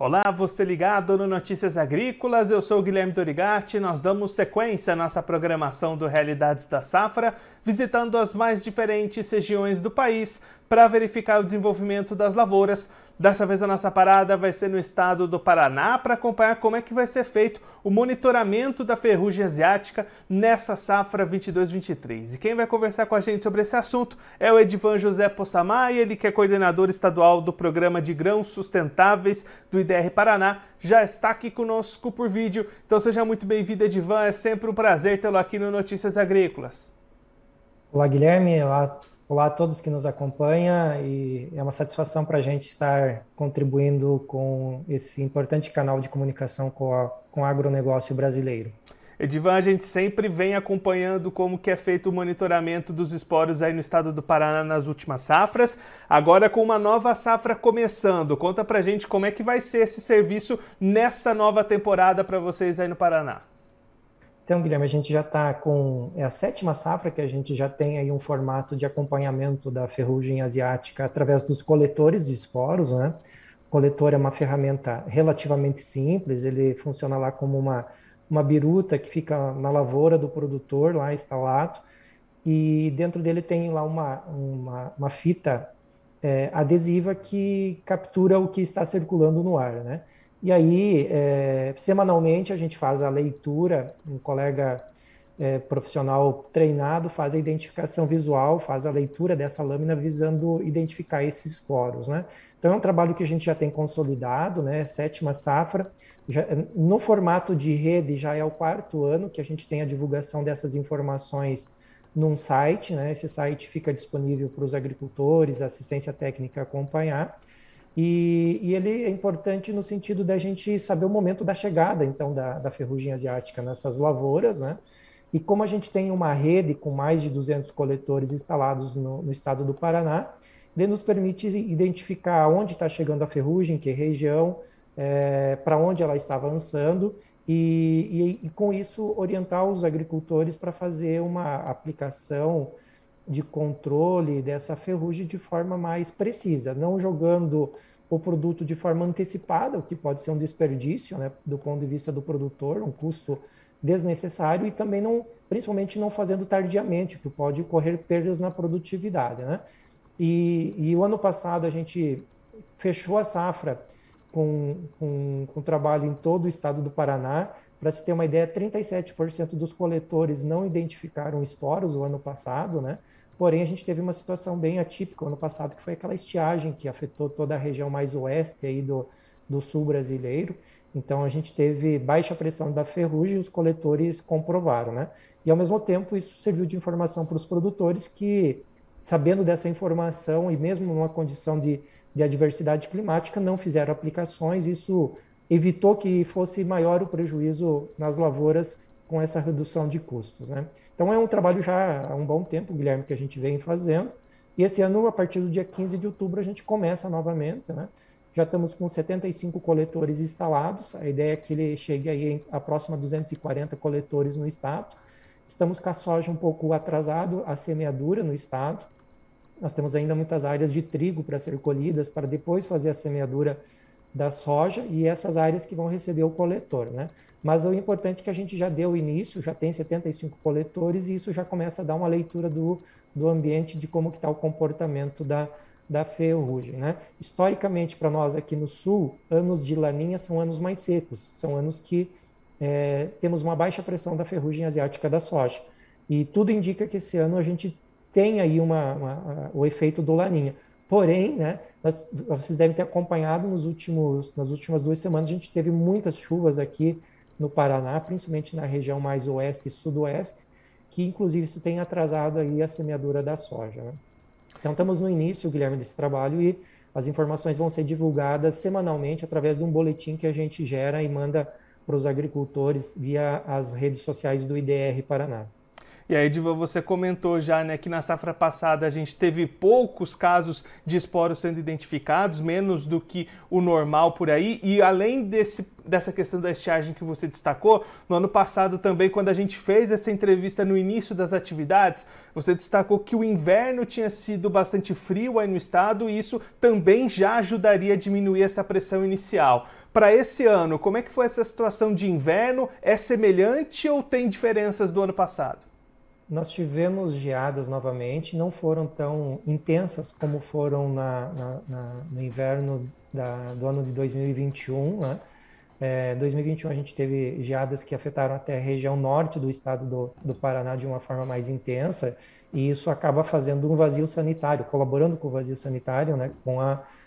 Olá, você ligado no Notícias Agrícolas, eu sou o Guilherme Dorigatti. Nós damos sequência à nossa programação do Realidades da Safra, visitando as mais diferentes regiões do país para verificar o desenvolvimento das lavouras. Dessa vez a nossa parada vai ser no estado do Paraná para acompanhar como é que vai ser feito o monitoramento da ferrugem asiática nessa safra 22-23. E quem vai conversar com a gente sobre esse assunto é o Edivan José Possamay, ele que é coordenador estadual do Programa de Grãos Sustentáveis do IDR Paraná, já está aqui conosco por vídeo. Então seja muito bem-vindo, Edivan, é sempre um prazer tê-lo aqui no Notícias Agrícolas. Olá, Guilherme. Olá a todos que nos acompanham, e é uma satisfação para a gente estar contribuindo com esse importante canal de comunicação com o agronegócio brasileiro. Edivan, a gente sempre vem acompanhando como que é feito o monitoramento dos esporos aí no estado do Paraná nas últimas safras, agora com uma nova safra começando. Conta pra gente como é que vai ser esse serviço nessa nova temporada para vocês aí no Paraná. Então, Guilherme, a gente já está com a sétima safra que a gente já tem aí um formato de acompanhamento da ferrugem asiática através dos coletores de esporos, né? O coletor é uma ferramenta relativamente simples, ele funciona lá como uma biruta que fica na lavoura do produtor, lá instalado, e dentro dele tem lá uma fita adesiva que captura o que está circulando no ar, né? E aí, semanalmente, a gente faz a leitura, um colega profissional treinado faz a identificação visual, faz a leitura dessa lâmina visando identificar esses poros, né? Então, é um trabalho que a gente já tem consolidado, né? Sétima safra. No formato de rede, já é o quarto ano que a gente tem a divulgação dessas informações num site, né? Esse site fica disponível para os agricultores, assistência técnica acompanhar. E ele é importante no sentido da gente saber o momento da chegada, então, da ferrugem asiática nessas lavouras, né? E como a gente tem uma rede com mais de 200 coletores instalados no estado do Paraná, ele nos permite identificar onde está chegando a ferrugem, que região, para onde ela está avançando, e com isso orientar os agricultores para fazer uma aplicação de controle dessa ferrugem de forma mais precisa, não jogando o produto de forma antecipada, o que pode ser um desperdício, né, do ponto de vista do produtor, um custo desnecessário, e também principalmente não fazendo tardiamente, que pode ocorrer perdas na produtividade, né? E o ano passado a gente fechou a safra com trabalho em todo o estado do Paraná. Para se ter uma ideia, 37% dos coletores não identificaram esporos o ano passado, né? Porém, a gente teve uma situação bem atípica o ano passado, que foi aquela estiagem que afetou toda a região mais oeste aí do sul brasileiro. Então, a gente teve baixa pressão da ferrugem e os coletores comprovaram, né? E, ao mesmo tempo, isso serviu de informação para os produtores que, sabendo dessa informação e mesmo numa condição de adversidade climática, não fizeram aplicações. Isso evitou que fosse maior o prejuízo nas lavouras com essa redução de custos, né? Então, é um trabalho já há um bom tempo, Guilherme, que a gente vem fazendo. E esse ano, a partir do dia 15 de outubro, a gente começa novamente, né? Já estamos com 75 coletores instalados. A ideia é que ele chegue aí a próxima 240 coletores no estado. Estamos com a soja um pouco atrasado, a semeadura no estado. Nós temos ainda muitas áreas de trigo para ser colhidas, para depois fazer a semeadura da soja, e essas áreas que vão receber o coletor, né? Mas o importante é que a gente já deu início, já tem 75 coletores, e isso já começa a dar uma leitura do ambiente, de como que está o comportamento da ferrugem, né? Historicamente, para nós aqui no sul, anos de laninha são anos mais secos, são anos que temos uma baixa pressão da ferrugem asiática da soja. E tudo indica que esse ano a gente tem aí o efeito do laninha. Porém, né, vocês devem ter acompanhado nas últimas 2 semanas, a gente teve muitas chuvas aqui no Paraná, principalmente na região mais oeste e sudoeste, que inclusive isso tem atrasado aí a semeadura da soja, né? Então, estamos no início, Guilherme, desse trabalho, e as informações vão ser divulgadas semanalmente através de um boletim que a gente gera e manda para os agricultores via as redes sociais do IDR Paraná. E aí, Edivan, você comentou já, né, que na safra passada a gente teve poucos casos de esporos sendo identificados, menos do que o normal por aí. E além dessa questão da estiagem que você destacou, no ano passado também, quando a gente fez essa entrevista no início das atividades, você destacou que o inverno tinha sido bastante frio aí no estado, e isso também já ajudaria a diminuir essa pressão inicial. Para esse ano, como é que foi essa situação de inverno? É semelhante ou tem diferenças do ano passado? Nós tivemos geadas novamente, não foram tão intensas como foram no inverno do ano de 2021, né? 2021 a gente teve geadas que afetaram até a região norte do estado do Paraná de uma forma mais intensa, e isso acaba fazendo um vazio sanitário, colaborando com o vazio sanitário, né, com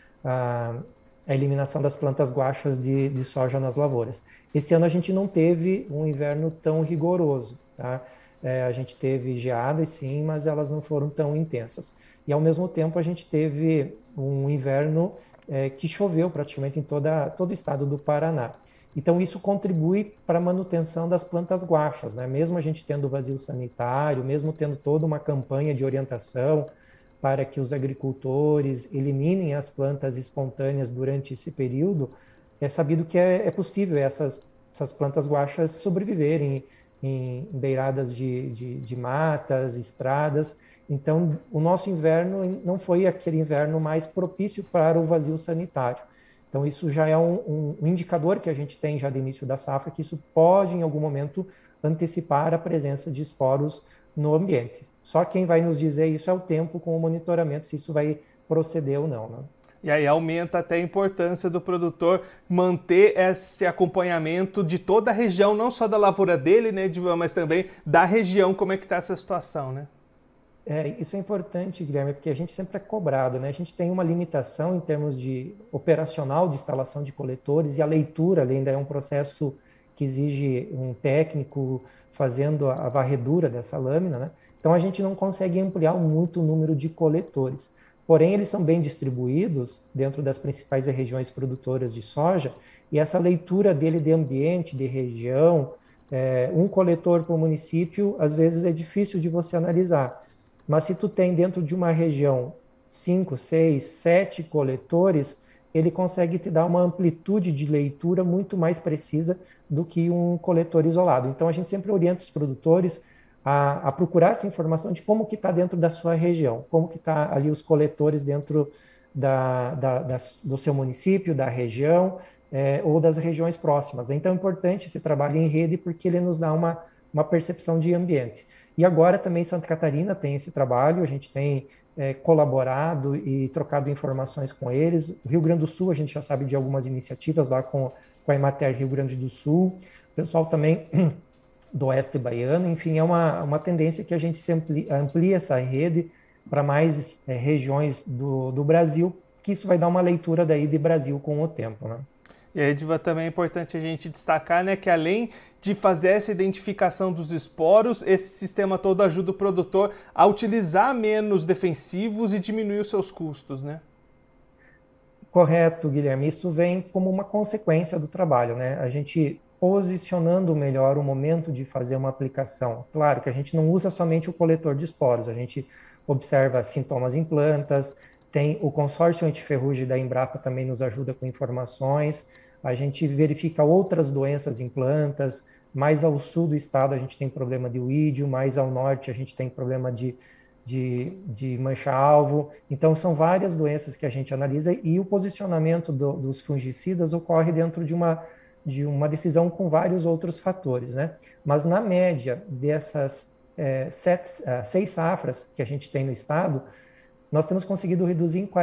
a, a eliminação das plantas guaxas de soja nas lavouras. Esse ano a gente não teve um inverno tão rigoroso, tá? A gente teve geadas, sim, mas elas não foram tão intensas. E, ao mesmo tempo, a gente teve um inverno que choveu praticamente em todo o estado do Paraná. Então, isso contribui para a manutenção das plantas guaxas, né? Mesmo a gente tendo vazio sanitário, mesmo tendo toda uma campanha de orientação para que os agricultores eliminem as plantas espontâneas durante esse período, é sabido que é possível essas plantas guaxas sobreviverem em beiradas de matas, estradas. Então, o nosso inverno não foi aquele inverno mais propício para o vazio sanitário. Então, isso já é um indicador que a gente tem já de início da safra, que isso pode, em algum momento, antecipar a presença de esporos no ambiente. Só quem vai nos dizer isso é o tempo com o monitoramento, se isso vai proceder ou não, né? E aí aumenta até a importância do produtor manter esse acompanhamento de toda a região, não só da lavoura dele, né, Edivan, mas também da região, como é que está essa situação, né? Isso é importante, Guilherme, porque a gente sempre é cobrado, né? A gente tem uma limitação em termos de operacional de instalação de coletores, e a leitura ainda é um processo que exige um técnico fazendo a varredura dessa lâmina, né? Então a gente não consegue ampliar muito o número de coletores. Porém, eles são bem distribuídos dentro das principais regiões produtoras de soja, e essa leitura dele de ambiente, de região, um coletor por município, às vezes é difícil de você analisar. Mas se tu tem dentro de uma região 5, 6, 7 coletores, ele consegue te dar uma amplitude de leitura muito mais precisa do que um coletor isolado. Então a gente sempre orienta os produtores a procurar essa informação de como que está dentro da sua região, como que está ali os coletores dentro do seu município, da região, ou das regiões próximas. Então é importante esse trabalho em rede porque ele nos dá uma percepção de ambiente. E agora também Santa Catarina tem esse trabalho, a gente tem colaborado e trocado informações com eles. O Rio Grande do Sul, a gente já sabe de algumas iniciativas lá com a Emater Rio Grande do Sul, o pessoal também do Oeste Baiano, enfim, é uma tendência que a gente se amplia essa rede para mais regiões do Brasil, que isso vai dar uma leitura daí de Brasil com o tempo, né? E aí, Edivan, também é importante a gente destacar, né, que além de fazer essa identificação dos esporos, esse sistema todo ajuda o produtor a utilizar menos defensivos e diminuir os seus custos, né? Correto, Guilherme. Isso vem como uma consequência do trabalho, né? A gente posicionando melhor o momento de fazer uma aplicação. Claro que a gente não usa somente o coletor de esporos, a gente observa sintomas em plantas, tem o consórcio antiferrugem da Embrapa também nos ajuda com informações, a gente verifica outras doenças em plantas, mais ao sul do estado a gente tem problema de uídio, mais ao norte a gente tem problema de mancha-alvo. Então, são várias doenças que a gente analisa e o posicionamento dos fungicidas ocorre dentro de uma decisão com vários outros fatores, né? Mas, na média dessas 6 safras que a gente tem no estado, nós temos conseguido reduzir em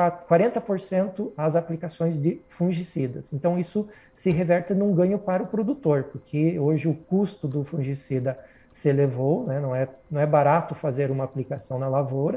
40% as aplicações de fungicidas. Então, isso se reverte num ganho para o produtor, porque hoje o custo do fungicida se elevou, né? Não é barato fazer uma aplicação na lavoura,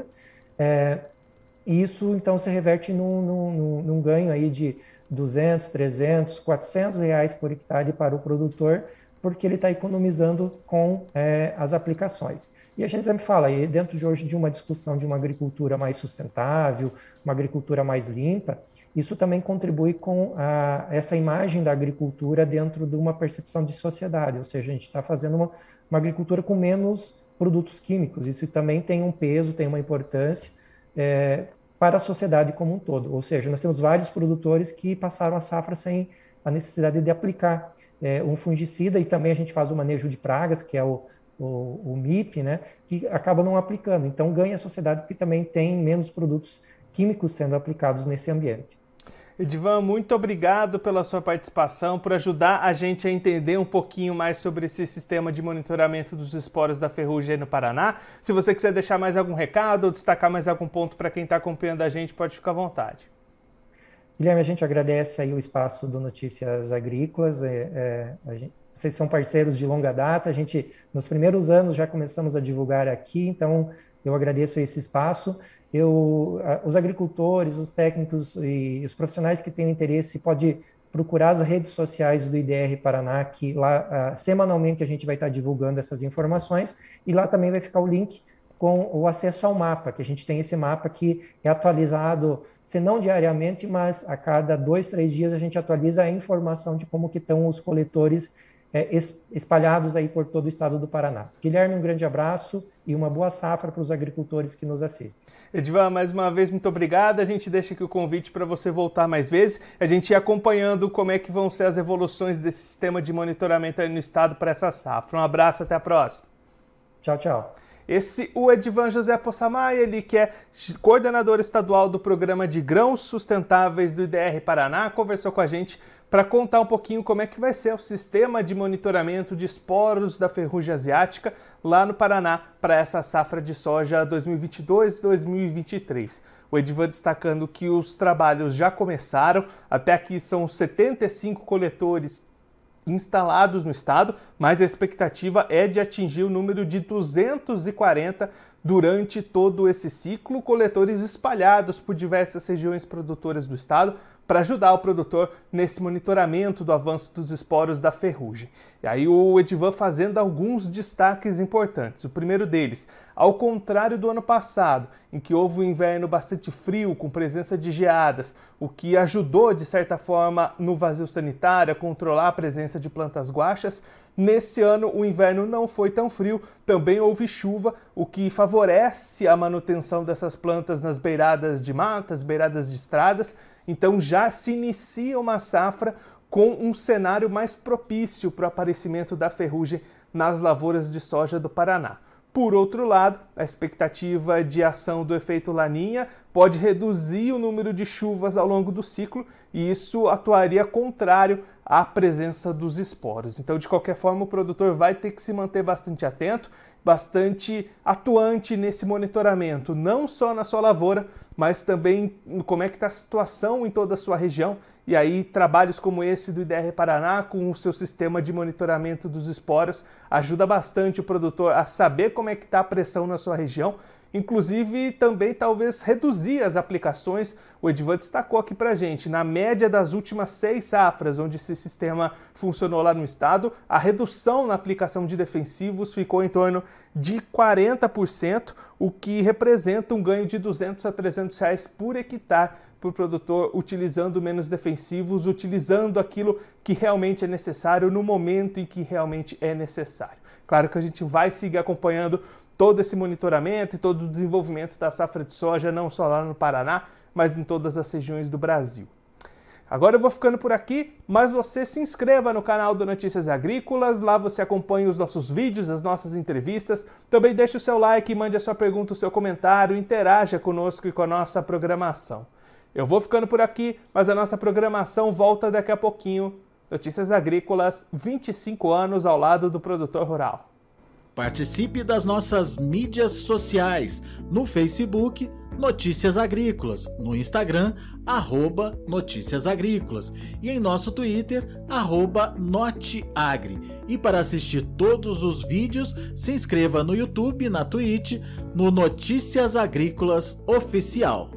e isso, então, se reverte num ganho aí de 200, 300, 400 reais por hectare para o produtor, porque ele está economizando com as aplicações. E a gente sempre fala, e dentro de hoje de uma discussão de uma agricultura mais sustentável, uma agricultura mais limpa, isso também contribui com essa imagem da agricultura dentro de uma percepção de sociedade, ou seja, a gente está fazendo uma agricultura com menos produtos químicos, isso também tem um peso, tem uma importância para a sociedade como um todo, ou seja, nós temos vários produtores que passaram a safra sem a necessidade de aplicar um fungicida, e também a gente faz o manejo de pragas, que é o MIP, né, que acaba não aplicando. Então ganha a sociedade porque também tem menos produtos químicos sendo aplicados nesse ambiente. Edivan, muito obrigado pela sua participação, por ajudar a gente a entender um pouquinho mais sobre esse sistema de monitoramento dos esporos da ferrugem aí no Paraná. Se você quiser deixar mais algum recado ou destacar mais algum ponto para quem está acompanhando a gente, pode ficar à vontade. Guilherme, a gente agradece aí o espaço do Notícias Agrícolas. Vocês são parceiros de longa data. A gente, nos primeiros anos, já começamos a divulgar aqui, então eu agradeço esse espaço. Os agricultores, os técnicos e os profissionais que têm interesse podem procurar as redes sociais do IDR Paraná, que lá semanalmente a gente vai estar divulgando essas informações, e lá também vai ficar o link com o acesso ao mapa, que a gente tem esse mapa que é atualizado, se não diariamente, mas a cada 2, 3 dias a gente atualiza a informação de como que estão os coletores espalhados aí por todo o estado do Paraná. Guilherme, um grande abraço e uma boa safra para os agricultores que nos assistem. Edivan, mais uma vez, muito obrigado. A gente deixa aqui o convite para você voltar mais vezes. A gente ir acompanhando como é que vão ser as evoluções desse sistema de monitoramento aí no estado para essa safra. Um abraço, até a próxima. Tchau, tchau. O Edivan José Poçamay, ele que é coordenador estadual do Programa de Grãos Sustentáveis do IDR Paraná, conversou com a gente para contar um pouquinho como é que vai ser o sistema de monitoramento de esporos da ferrugem asiática lá no Paraná para essa safra de soja 2022-2023. O Edivan destacando que os trabalhos já começaram, até aqui são 75 coletores instalados no estado, mas a expectativa é de atingir o número de 240 durante todo esse ciclo, coletores espalhados por diversas regiões produtoras do estado, para ajudar o produtor nesse monitoramento do avanço dos esporos da ferrugem. E aí o Edivan fazendo alguns destaques importantes. O primeiro deles, ao contrário do ano passado, em que houve um inverno bastante frio, com presença de geadas, o que ajudou, de certa forma, no vazio sanitário, a controlar a presença de plantas guaxas, nesse ano o inverno não foi tão frio, também houve chuva, o que favorece a manutenção dessas plantas nas beiradas de matas, beiradas de estradas. Então já se inicia uma safra com um cenário mais propício para o aparecimento da ferrugem nas lavouras de soja do Paraná. Por outro lado, a expectativa de ação do efeito Laninha pode reduzir o número de chuvas ao longo do ciclo e isso atuaria contrário à presença dos esporos. Então, de qualquer forma, o produtor vai ter que se manter bastante atento, bastante atuante nesse monitoramento, não só na sua lavoura, mas também como é que está a situação em toda a sua região. E aí trabalhos como esse do IDR Paraná, com o seu sistema de monitoramento dos esporos, ajuda bastante o produtor a saber como é que está a pressão na sua região, inclusive também talvez reduzir as aplicações. O Edivan destacou aqui para a gente, na média das últimas 6 safras, onde esse sistema funcionou lá no estado, a redução na aplicação de defensivos ficou em torno de 40%, o que representa um ganho de R$200 a R$300 por hectare para o produtor, utilizando menos defensivos, utilizando aquilo que realmente é necessário no momento em que realmente é necessário. Claro que a gente vai seguir acompanhando todo esse monitoramento e todo o desenvolvimento da safra de soja, não só lá no Paraná, mas em todas as regiões do Brasil. Agora eu vou ficando por aqui, mas você se inscreva no canal do Notícias Agrícolas, lá você acompanha os nossos vídeos, as nossas entrevistas, também deixe o seu like, mande a sua pergunta, o seu comentário, interaja conosco e com a nossa programação. Eu vou ficando por aqui, mas a nossa programação volta daqui a pouquinho. Notícias Agrícolas, 25 anos ao lado do produtor rural. Participe das nossas mídias sociais, no Facebook, Notícias Agrícolas, no Instagram, @Notícias Agrícolas e em nosso Twitter, @Noteagri. E para assistir todos os vídeos, se inscreva no YouTube, na Twitch, no Notícias Agrícolas Oficial.